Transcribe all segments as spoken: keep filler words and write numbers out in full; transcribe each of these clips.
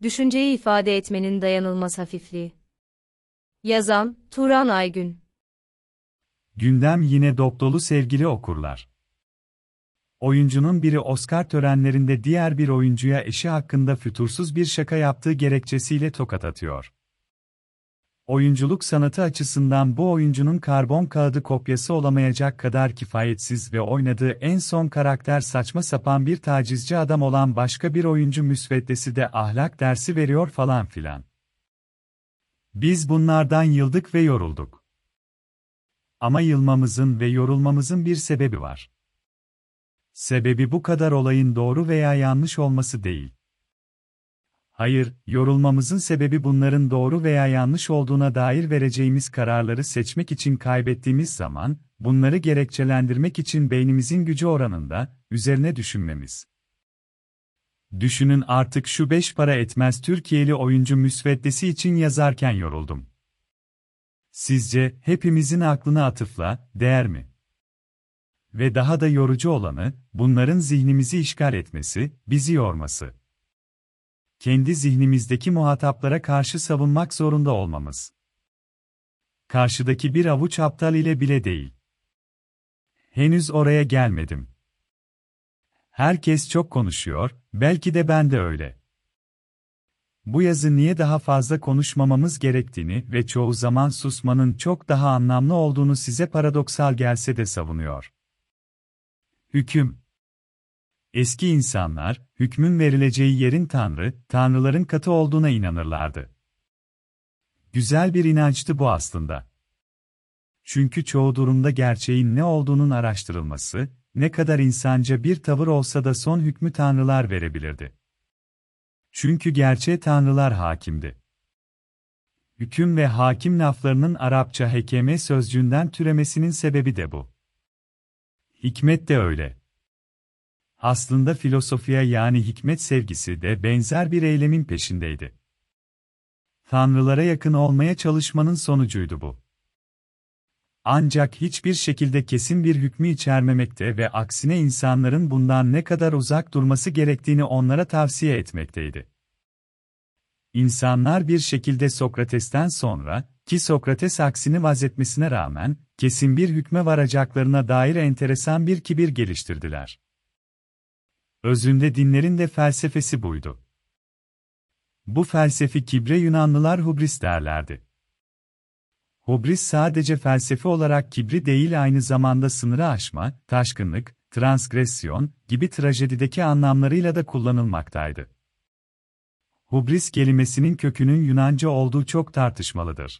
düşünceyi ifade etmenin dayanılmaz hafifliği. Yazan, Turan Aygün. Gündem yine dop-dolu sevgili okurlar. Oyuncunun biri Oscar törenlerinde diğer bir oyuncuya eşi hakkında fütursuz bir şaka yaptığı gerekçesiyle tokat atıyor. Oyunculuk sanatı açısından bu oyuncunun karbon kağıdı kopyası olamayacak kadar kifayetsiz ve oynadığı en son karakter saçma sapan bir tacizci adam olan başka bir oyuncu müsveddesi de ahlak dersi veriyor falan filan. Biz bunlardan yıldık ve yorulduk. Ama yılmamızın ve yorulmamızın bir sebebi var. Sebebi bu kadar olayın doğru veya yanlış olması değil. Hayır, yorulmamızın sebebi bunların doğru veya yanlış olduğuna dair vereceğimiz kararları seçmek için kaybettiğimiz zaman, bunları gerekçelendirmek için beynimizin gücü oranında, üzerine düşünmemiz. Düşünün artık şu beş para etmez Türkiye'li oyuncu müsveddesi için yazarken yoruldum. Sizce, hepimizin aklına atıfla, değer mi? Ve daha da yorucu olanı, bunların zihnimizi işgal etmesi, bizi yorması. Kendi zihnimizdeki muhataplara karşı savunmak zorunda olmamız. Karşıdaki bir avuç aptal ile bile değil. Henüz oraya gelmedim. Herkes çok konuşuyor, belki de ben de öyle. Bu yazı niye daha fazla konuşmamamız gerektiğini ve çoğu zaman susmanın çok daha anlamlı olduğunu size paradoksal gelse de savunuyor. Hüküm. Eski insanlar, hükmün verileceği yerin tanrı, tanrıların katı olduğuna inanırlardı. Güzel bir inançtı bu aslında. Çünkü çoğu durumda gerçeğin ne olduğunun araştırılması, ne kadar insanca bir tavır olsa da son hükmü tanrılar verebilirdi. Çünkü gerçeğe tanrılar hakimdi. Hüküm ve hakim laflarının Arapça hekeme sözcüğünden türemesinin sebebi de bu. Hikmet de öyle. Aslında filosofiya yani hikmet sevgisi de benzer bir eylemin peşindeydi. Tanrılara yakın olmaya çalışmanın sonucuydu bu. Ancak hiçbir şekilde kesin bir hükmü içermemekte ve aksine insanların bundan ne kadar uzak durması gerektiğini onlara tavsiye etmekteydi. İnsanlar bir şekilde Sokrates'ten sonra, ki Sokrates aksini vazetmesine rağmen, kesin bir hükme varacaklarına dair enteresan bir kibir geliştirdiler. Özünde dinlerin de felsefesi buydu. Bu felsefi kibre Yunanlılar hubris derlerdi. Hubris sadece felsefe olarak kibri değil aynı zamanda sınırı aşma, taşkınlık, transgresyon gibi trajedideki anlamlarıyla da kullanılmaktaydı. Hubris kelimesinin kökünün Yunanca olduğu çok tartışmalıdır.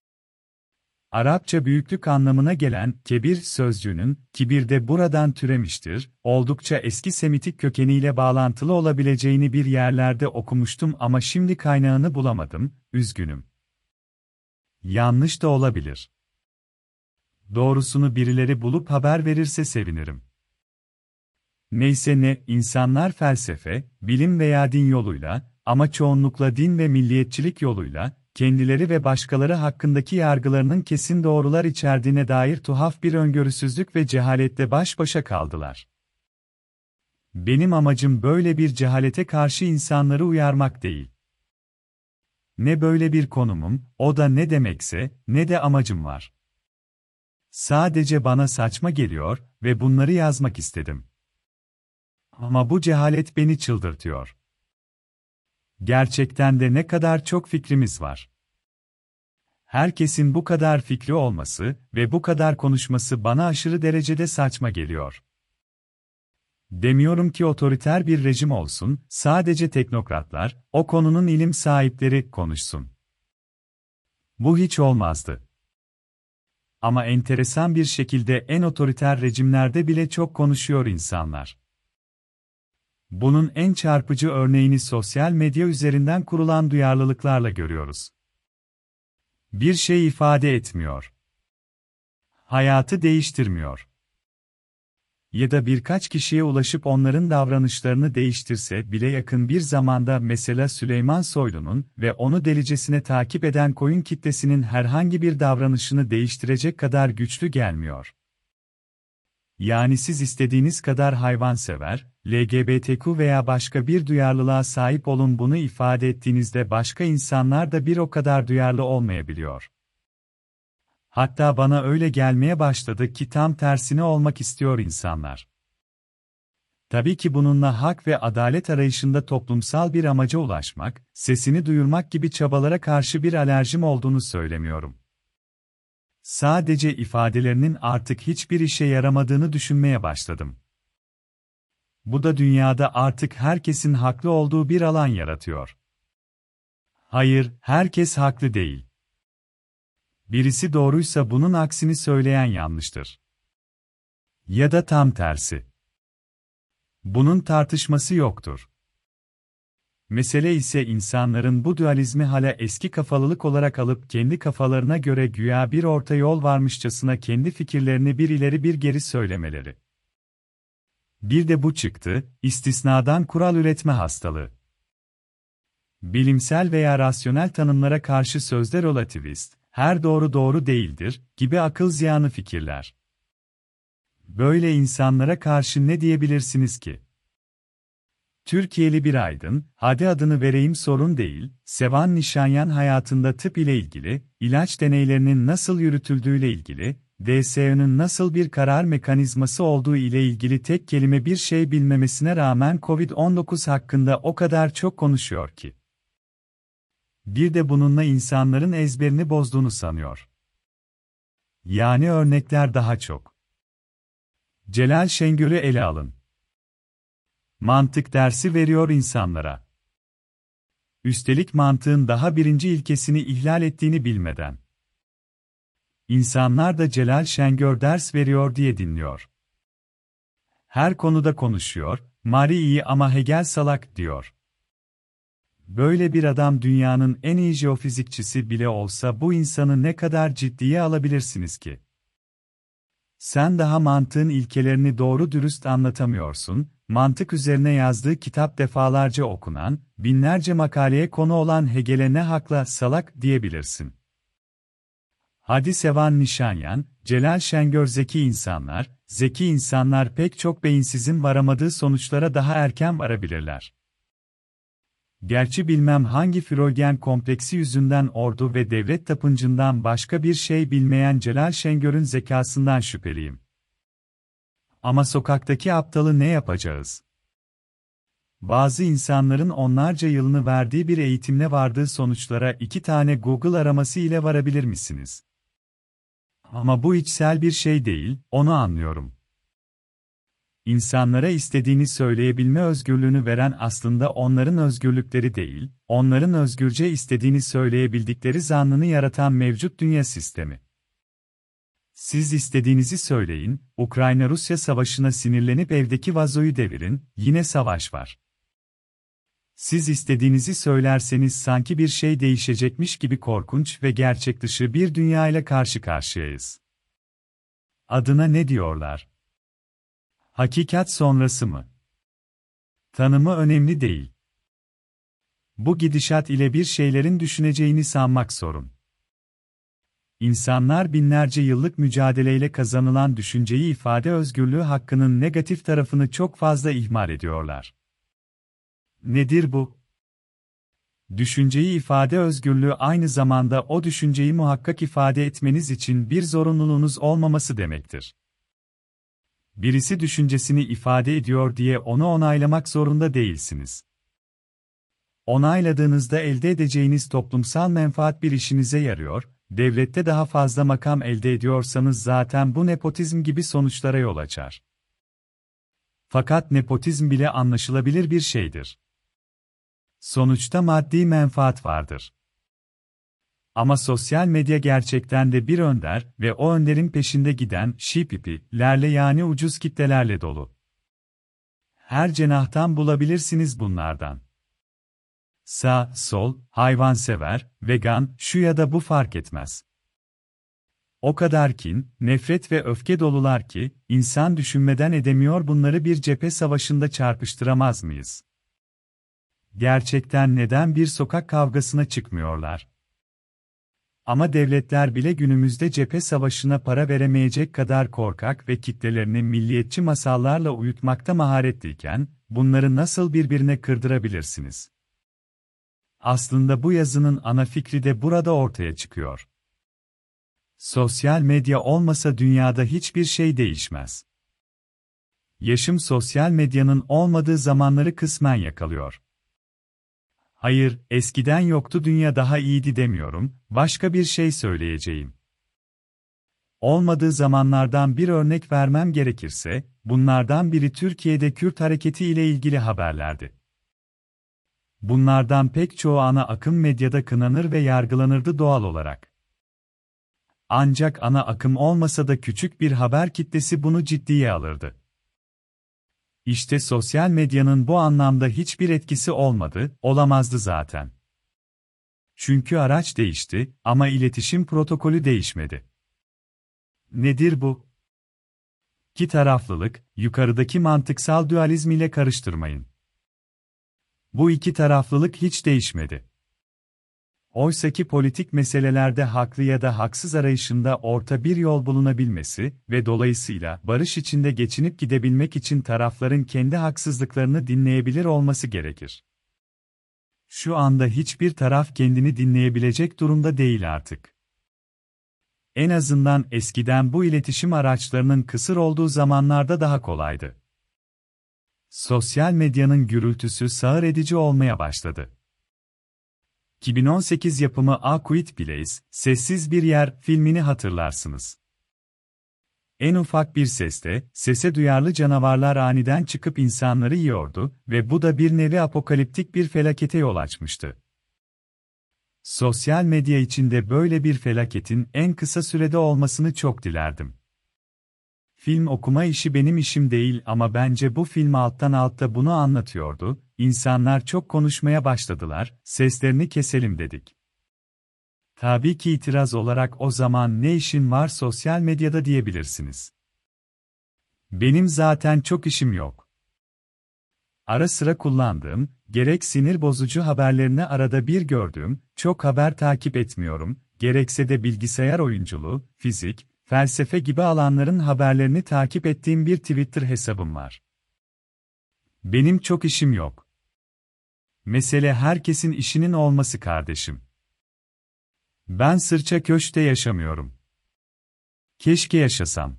Arapça büyüklük anlamına gelen kebir sözcüğünün kibir de buradan türemiştir, oldukça eski Semitik kökeniyle bağlantılı olabileceğini bir yerlerde okumuştum ama şimdi kaynağını bulamadım, üzgünüm. Yanlış da olabilir. Doğrusunu birileri bulup haber verirse sevinirim. Neyse ne, insanlar felsefe, bilim veya din yoluyla, ama çoğunlukla din ve milliyetçilik yoluyla, kendileri ve başkaları hakkındaki yargılarının kesin doğrular içerdiğine dair tuhaf bir öngörüsüzlük ve cehaletle baş başa kaldılar. Benim amacım böyle bir cehalete karşı insanları uyarmak değil. Ne böyle bir konumum, o da ne demekse, ne de amacım var. Sadece bana saçma geliyor ve bunları yazmak istedim. Ama bu cehalet beni çıldırtıyor. Gerçekten de ne kadar çok fikrimiz var. Herkesin bu kadar fikri olması ve bu kadar konuşması bana aşırı derecede saçma geliyor. Demiyorum ki otoriter bir rejim olsun, sadece teknokratlar, o konunun ilim sahipleri konuşsun. Bu hiç olmazdı. Ama enteresan bir şekilde en otoriter rejimlerde bile çok konuşuyor insanlar. Bunun en çarpıcı örneğini sosyal medya üzerinden kurulan duyarlılıklarla görüyoruz. Bir şey ifade etmiyor. Hayatı değiştirmiyor. Ya da birkaç kişiye ulaşıp onların davranışlarını değiştirse bile yakın bir zamanda mesela Süleyman Soylu'nun ve onu delicesine takip eden koyun kitlesinin herhangi bir davranışını değiştirecek kadar güçlü gelmiyor. Yani siz istediğiniz kadar hayvansever, L G B T Q veya başka bir duyarlılığa sahip olun bunu ifade ettiğinizde başka insanlar da bir o kadar duyarlı olmayabiliyor. Hatta bana öyle gelmeye başladı ki tam tersine olmak istiyor insanlar. Tabii ki bununla hak ve adalet arayışında toplumsal bir amaca ulaşmak, sesini duyurmak gibi çabalara karşı bir alerjim olduğunu söylemiyorum. Sadece ifadelerinin artık hiçbir işe yaramadığını düşünmeye başladım. Bu da dünyada artık herkesin haklı olduğu bir alan yaratıyor. Hayır, herkes haklı değil. Birisi doğruysa bunun aksini söyleyen yanlıştır. Ya da tam tersi. Bunun tartışması yoktur. Mesele ise insanların bu dualizmi hala eski kafalılık olarak alıp kendi kafalarına göre güya bir orta yol varmışçasına kendi fikirlerini bir ileri bir geri söylemeleri. Bir de bu çıktı, istisnadan kural üretme hastalığı. Bilimsel veya rasyonel tanımlara karşı sözde relativist, her doğru doğru değildir gibi akıl ziyanı fikirler. Böyle insanlara karşı ne diyebilirsiniz ki? Türkiye'li bir aydın, hadi adını vereyim sorun değil, Sevan Nişanyan hayatında tıp ile ilgili, ilaç deneylerinin nasıl yürütüldüğüyle ilgili, D S O'nun nasıl bir karar mekanizması olduğu ile ilgili tek kelime bir şey bilmemesine rağmen kovid on dokuz hakkında o kadar çok konuşuyor ki. Bir de bununla insanların ezberini bozduğunu sanıyor. Yani örnekler daha çok. Celal Şengör'ü ele alın. Mantık dersi veriyor insanlara. Üstelik mantığın daha birinci ilkesini ihlal ettiğini bilmeden. İnsanlar da Celal Şengör ders veriyor diye dinliyor. Her konuda konuşuyor, Mari iyi ama Hegel salak diyor. Böyle bir adam dünyanın en iyi jeofizikçisi bile olsa bu insanı ne kadar ciddiye alabilirsiniz ki? Sen daha mantığın ilkelerini doğru dürüst anlatamıyorsun, mantık üzerine yazdığı kitap defalarca okunan, binlerce makaleye konu olan Hegel'e ne hakla salak diyebilirsin. Hadi Sevan Nişanyan, Celal Şengör zeki insanlar, zeki insanlar pek çok beyinsizin varamadığı sonuçlara daha erken varabilirler. Gerçi bilmem hangi Freudian kompleksi yüzünden ordu ve devlet tapıncından başka bir şey bilmeyen Celal Şengör'ün zekasından şüpheliyim. Ama sokaktaki aptalı ne yapacağız? Bazı insanların onlarca yılını verdiği bir eğitimle vardığı sonuçlara iki tane Google araması ile varabilir misiniz? Ama bu içsel bir şey değil, onu anlıyorum. İnsanlara istediğini söyleyebilme özgürlüğünü veren aslında onların özgürlükleri değil, onların özgürce istediğini söyleyebildikleri zannını yaratan mevcut dünya sistemi. Siz istediğinizi söyleyin, Ukrayna-Rusya savaşına sinirlenip evdeki vazoyu devirin, yine savaş var. Siz istediğinizi söylerseniz sanki bir şey değişecekmiş gibi korkunç ve gerçek dışı bir dünya ile karşı karşıyayız. Adına ne diyorlar? Hakikat sonrası mı? Tanımı önemli değil. Bu gidişat ile bir şeylerin düşüneceğini sanmak sorun. İnsanlar binlerce yıllık mücadeleyle kazanılan düşünceyi ifade özgürlüğü hakkının negatif tarafını çok fazla ihmal ediyorlar. Nedir bu? Düşünceyi ifade özgürlüğü aynı zamanda o düşünceyi muhakkak ifade etmeniz için bir zorunluluğunuz olmaması demektir. Birisi düşüncesini ifade ediyor diye onu onaylamak zorunda değilsiniz. Onayladığınızda elde edeceğiniz toplumsal menfaat bir işinize yarıyor, devlette daha fazla makam elde ediyorsanız zaten bu nepotizm gibi sonuçlara yol açar. Fakat nepotizm bile anlaşılabilir bir şeydir. Sonuçta maddi menfaat vardır. Ama sosyal medya gerçekten de bir önder ve o önderin peşinde giden şipipilerle yani ucuz kitlelerle dolu. Her cenahtan bulabilirsiniz bunlardan. Sağ, sol, hayvansever, vegan, şu ya da bu fark etmez. O kadar kin, nefret ve öfke dolular ki, insan düşünmeden edemiyor bunları bir cephe savaşında çarpıştıramaz mıyız? Gerçekten neden bir sokak kavgasına çıkmıyorlar? Ama devletler bile günümüzde cephe savaşına para veremeyecek kadar korkak ve kitlelerini milliyetçi masallarla uyutmakta maharetliyken, bunları nasıl birbirine kırdırabilirsiniz? Aslında bu yazının ana fikri de burada ortaya çıkıyor. Sosyal medya olmasa dünyada hiçbir şey değişmez. Yaşım sosyal medyanın olmadığı zamanları kısmen yakalıyor. Hayır, eskiden yoktu dünya daha iyiydi demiyorum, başka bir şey söyleyeceğim. Olmadığı zamanlardan bir örnek vermem gerekirse, bunlardan biri Türkiye'de Kürt hareketi ile ilgili haberlerdi. Bunlardan pek çoğu ana akım medyada kınanır ve yargılanırdı doğal olarak. Ancak ana akım olmasa da küçük bir haber kitlesi bunu ciddiye alırdı. İşte sosyal medyanın bu anlamda hiçbir etkisi olmadı, olamazdı zaten. Çünkü araç değişti ama iletişim protokolü değişmedi. Nedir bu? İki taraflılık, yukarıdaki mantıksal dualizm ile karıştırmayın. Bu iki taraflılık hiç değişmedi. Oysaki politik meselelerde haklı ya da haksız arayışında orta bir yol bulunabilmesi ve dolayısıyla barış içinde geçinip gidebilmek için tarafların kendi haksızlıklarını dinleyebilir olması gerekir. Şu anda hiçbir taraf kendini dinleyebilecek durumda değil artık. En azından eskiden bu iletişim araçlarının kısır olduğu zamanlarda daha kolaydı. Sosyal medyanın gürültüsü sağır edici olmaya başladı. iki bin on sekiz yapımı A Quiet Place, Sessiz Bir Yer filmini hatırlarsınız. En ufak bir seste, sese duyarlı canavarlar aniden çıkıp insanları yiyordu ve bu da bir nevi apokaliptik bir felakete yol açmıştı. Sosyal medya içinde böyle bir felaketin en kısa sürede olmasını çok dilerdim. Film okuma işi benim işim değil ama bence bu film alttan alta bunu anlatıyordu. İnsanlar çok konuşmaya başladılar, seslerini keselim dedik. Tabii ki itiraz olarak o zaman ne işin var sosyal medyada diyebilirsiniz. Benim zaten çok işim yok. Ara sıra kullandığım, gerek sinir bozucu haberlerini arada bir gördüğüm, çok haber takip etmiyorum, gerekse de bilgisayar oyunculuğu, fizik, felsefe gibi alanların haberlerini takip ettiğim bir Twitter hesabım var. Benim çok işim yok. Mesele herkesin işinin olması kardeşim. Ben sırça köşkte yaşamıyorum. Keşke yaşasam.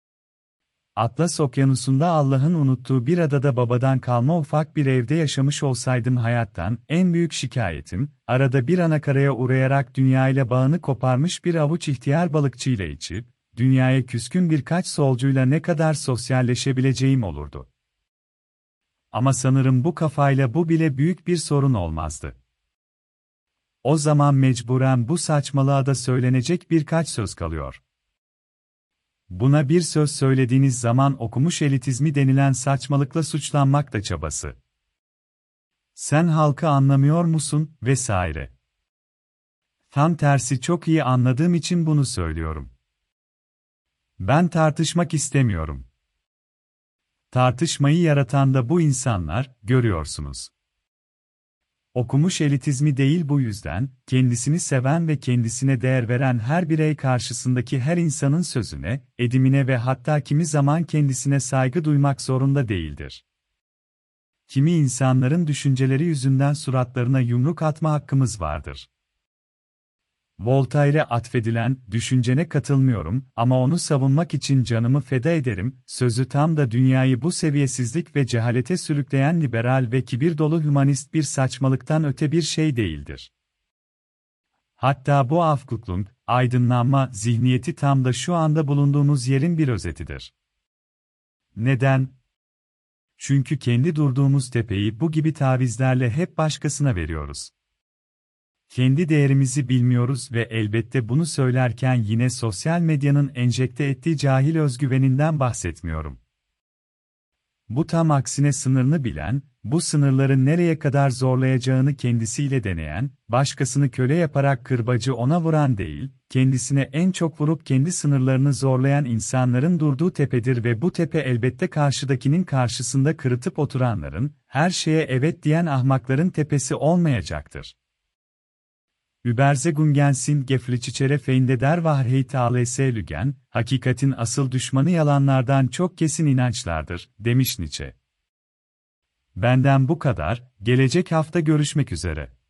Atlas Okyanusu'nda Allah'ın unuttuğu bir adada babadan kalma ufak bir evde yaşamış olsaydım hayattan en büyük şikayetim, arada bir anakaraya uğrayarak dünyayla bağını koparmış bir avuç ihtiyar balıkçıyla içip, dünyaya küskün birkaç solcuyla ne kadar sosyalleşebileceğim olurdu. Ama sanırım bu kafayla bu bile büyük bir sorun olmazdı. O zaman mecburen bu saçmalığa da söylenecek birkaç söz kalıyor. Buna bir söz söylediğiniz zaman okumuş elitizmi denilen saçmalıkla suçlanmak da çabası. Sen halkı anlamıyor musun, vesaire. Tam tersi çok iyi anladığım için bunu söylüyorum. Ben tartışmak istemiyorum. Tartışmayı yaratan da bu insanlar, görüyorsunuz. Okumuş elitizmi değil bu yüzden, kendisini seven ve kendisine değer veren her birey karşısındaki her insanın sözüne, edimine ve hatta kimi zaman kendisine saygı duymak zorunda değildir. Kimi insanların düşünceleri yüzünden suratlarına yumruk atma hakkımız vardır. Voltaire'e atfedilen, düşüncene katılmıyorum ama onu savunmak için canımı feda ederim, sözü tam da dünyayı bu seviyesizlik ve cehalete sürükleyen liberal ve kibir dolu hümanist bir saçmalıktan öte bir şey değildir. Hatta bu Aufklärung, aydınlanma zihniyeti tam da şu anda bulunduğumuz yerin bir özetidir. Neden? Çünkü kendi durduğumuz tepeyi bu gibi tavizlerle hep başkasına veriyoruz. Kendi değerimizi bilmiyoruz ve elbette bunu söylerken yine sosyal medyanın enjekte ettiği cahil özgüveninden bahsetmiyorum. Bu tam aksine sınırını bilen, bu sınırları nereye kadar zorlayacağını kendisiyle deneyen, başkasını köle yaparak kırbacı ona vuran değil, kendisine en çok vurup kendi sınırlarını zorlayan insanların durduğu tepedir ve bu tepe elbette karşıdakinin karşısında kırıtıp oturanların, her şeye evet diyen ahmakların tepesi olmayacaktır. Überzeugungen sind geflüçicere feinde der Wahrheit alles lügen, hakikatin asıl düşmanı yalanlardan çok kesin inançlardır, demiş Nietzsche. Benden bu kadar, gelecek hafta görüşmek üzere.